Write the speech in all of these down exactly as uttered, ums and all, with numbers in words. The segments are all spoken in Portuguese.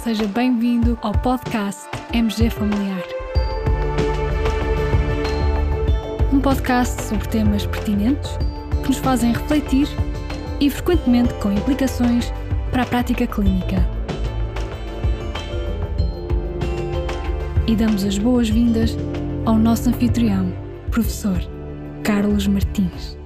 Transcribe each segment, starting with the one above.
seja bem-vindo ao podcast M G Familiar. Um podcast sobre temas pertinentes que nos fazem refletir e frequentemente com implicações para a prática clínica. E damos as boas-vindas ao nosso anfitrião, professor Carlos Martins.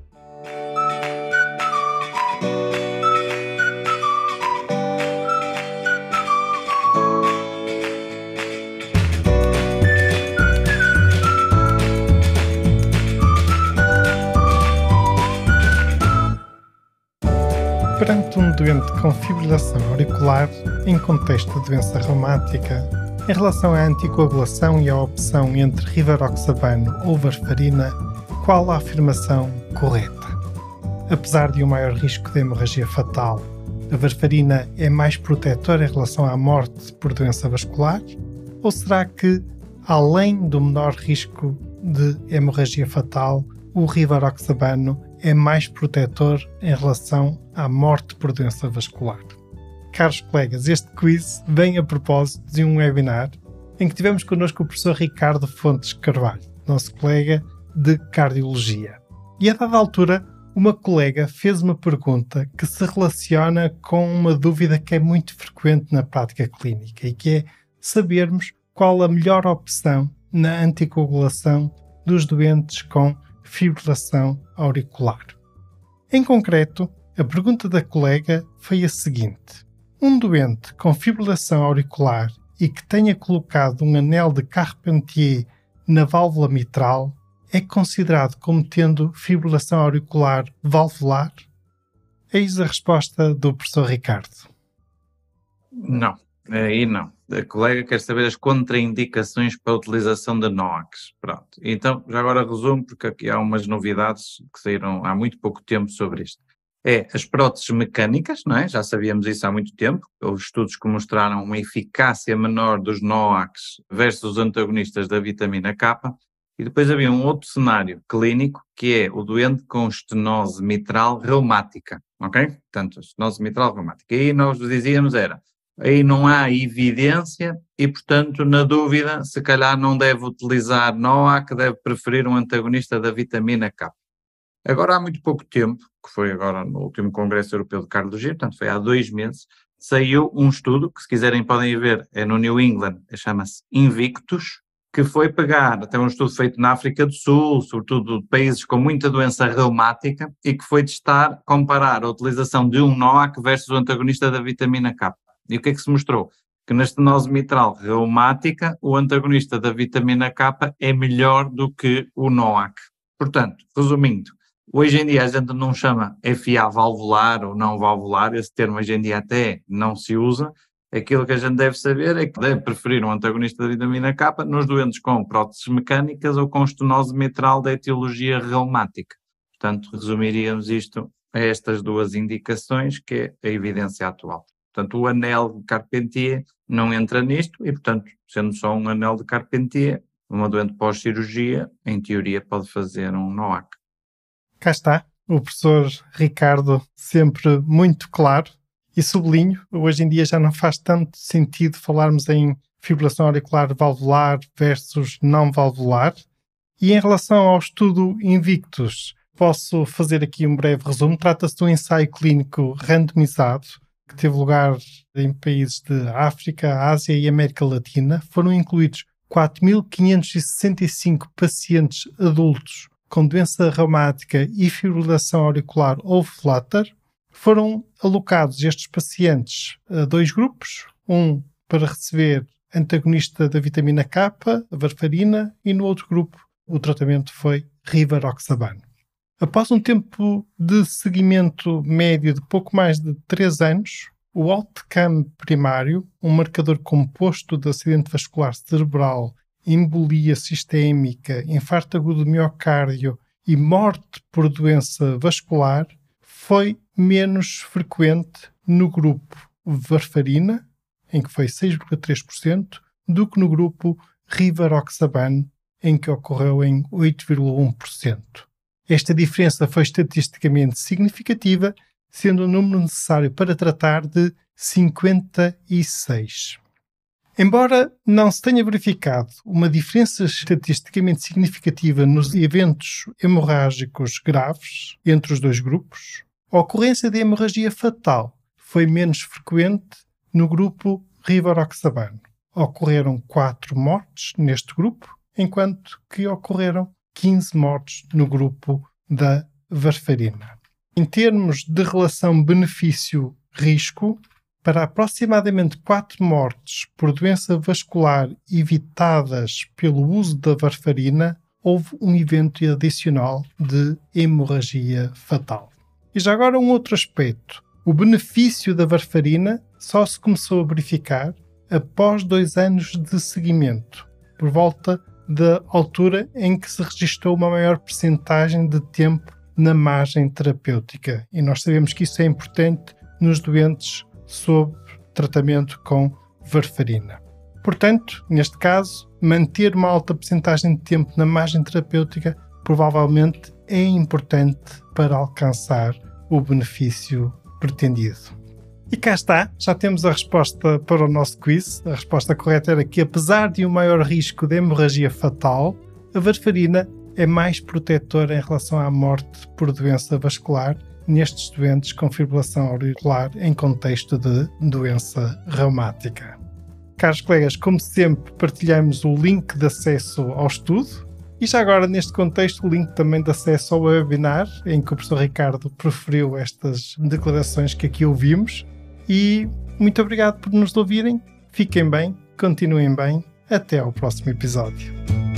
Perante um doente com fibrilação auricular, em contexto de doença reumática, em relação à anticoagulação e à opção entre rivaroxabano ou varfarina, qual a afirmação correta? Apesar de um maior risco de hemorragia fatal, a varfarina é mais protetora em relação à morte por doença vascular? Ou será que, além do menor risco de hemorragia fatal, o rivaroxabano é mais protetor em relação à morte por doença vascular? Caros colegas, este quiz vem a propósito de um webinar em que tivemos connosco o professor Ricardo Fontes Carvalho, nosso colega de cardiologia. E a dada altura, uma colega fez uma pergunta que se relaciona com uma dúvida que é muito frequente na prática clínica e que é sabermos qual a melhor opção na anticoagulação dos doentes com fibrilação auricular. Em concreto, a pergunta da colega foi a seguinte: um doente com fibrilação auricular e que tenha colocado um anel de Carpentier na válvula mitral é considerado como tendo fibrilação auricular valvular? Eis a resposta do professor Ricardo. Não, aí não. A colega quer saber as contraindicações para a utilização de NOACs. Pronto. Então, já agora resumo, porque aqui há umas novidades que saíram há muito pouco tempo sobre isto. É as próteses mecânicas, não é? Já sabíamos isso há muito tempo. Houve estudos que mostraram uma eficácia menor dos NOACs versus os antagonistas da vitamina K. E depois havia um outro cenário clínico, que é o doente com estenose mitral reumática, ok? Portanto, estenose mitral reumática. E aí nós dizíamos era, aí não há evidência e, portanto, na dúvida, se calhar não deve utilizar NOAC, deve preferir um antagonista da vitamina K. Agora, há muito pouco tempo, que foi agora no último Congresso Europeu de Cardiologia, portanto foi há dois meses, saiu um estudo, que se quiserem podem ver, é no New England, chama-se Invictus, que foi pegar, até um estudo feito na África do Sul, sobretudo de países com muita doença reumática, e que foi testar, comparar a utilização de um NOAC versus o antagonista da vitamina K. E o que é que se mostrou? Que na estenose mitral reumática, o antagonista da vitamina K é melhor do que o NOAC. Portanto, resumindo, hoje em dia a gente não chama F A valvular ou não valvular, esse termo hoje em dia até não se usa. Aquilo que a gente deve saber é que deve preferir um antagonista da vitamina K nos doentes com próteses mecânicas ou com estenose mitral da etiologia reumática. Portanto, resumiríamos isto a estas duas indicações, que é a evidência atual. Portanto, o anel de Carpentier não entra nisto e, portanto, sendo só um anel de Carpentier, uma doente pós-cirurgia, em teoria, pode fazer um NOAC. Cá está, o professor Ricardo sempre muito claro. E sublinho, hoje em dia já não faz tanto sentido falarmos em fibrilação auricular valvular versus não valvular. E em relação ao estudo Invictus, posso fazer aqui um breve resumo. Trata-se de um ensaio clínico randomizado que teve lugar em países de África, Ásia e América Latina. Foram incluídos quatro mil quinhentos e sessenta e cinco pacientes adultos com doença reumática e fibrilação auricular ou flutter. Foram alocados estes pacientes a dois grupos, um para receber antagonista da vitamina K, a varfarina, e no outro grupo o tratamento foi rivaroxabano. Após um tempo de seguimento médio de pouco mais de três anos, o outcome primário, um marcador composto de acidente vascular cerebral, embolia sistémica, infarto agudo do miocárdio e morte por doença vascular, foi menos frequente no grupo varfarina, em que foi seis vírgula três por cento, do que no grupo rivaroxabano, em que ocorreu em oito vírgula um por cento. Esta diferença foi estatisticamente significativa, sendo o número necessário para tratar de cinquenta e seis. Embora não se tenha verificado uma diferença estatisticamente significativa nos eventos hemorrágicos graves entre os dois grupos, a ocorrência de hemorragia fatal foi menos frequente no grupo rivaroxabano. Ocorreram quatro mortes neste grupo, enquanto que ocorreram quinze mortes no grupo da varfarina. Em termos de relação benefício-risco, para aproximadamente quatro mortes por doença vascular evitadas pelo uso da varfarina, houve um evento adicional de hemorragia fatal. E já agora um outro aspecto. O benefício da varfarina só se começou a verificar após dois anos de seguimento, por volta da altura em que se registrou uma maior percentagem de tempo na margem terapêutica. E nós sabemos que isso é importante nos doentes sob tratamento com varfarina. Portanto, neste caso, manter uma alta percentagem de tempo na margem terapêutica provavelmente é importante para alcançar o benefício pretendido. E cá está, já temos a resposta para o nosso quiz. A resposta correta era que, apesar de um maior risco de hemorragia fatal, a varfarina é mais protetora em relação à morte por doença vascular nestes doentes com fibrilação auricular em contexto de doença reumática. Caros colegas, como sempre, partilhamos o link de acesso ao estudo e já agora, neste contexto, o link também de acesso ao webinar, em que o professor Ricardo proferiu estas declarações que aqui ouvimos. E muito obrigado por nos ouvirem. Fiquem bem, continuem bem. Até ao próximo episódio.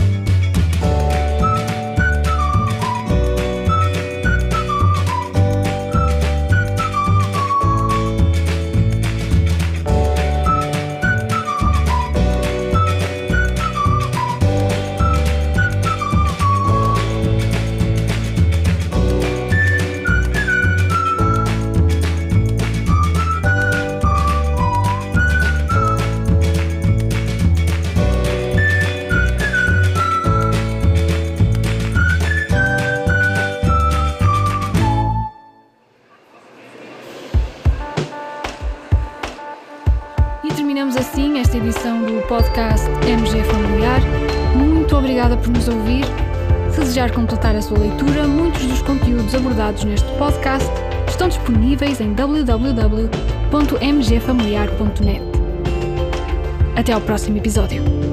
Assim esta edição do podcast M G Familiar. Muito obrigada por nos ouvir. Se desejar completar a sua leitura, muitos dos conteúdos abordados neste podcast estão disponíveis em w w w ponto m g familiar ponto net. Até ao próximo episódio.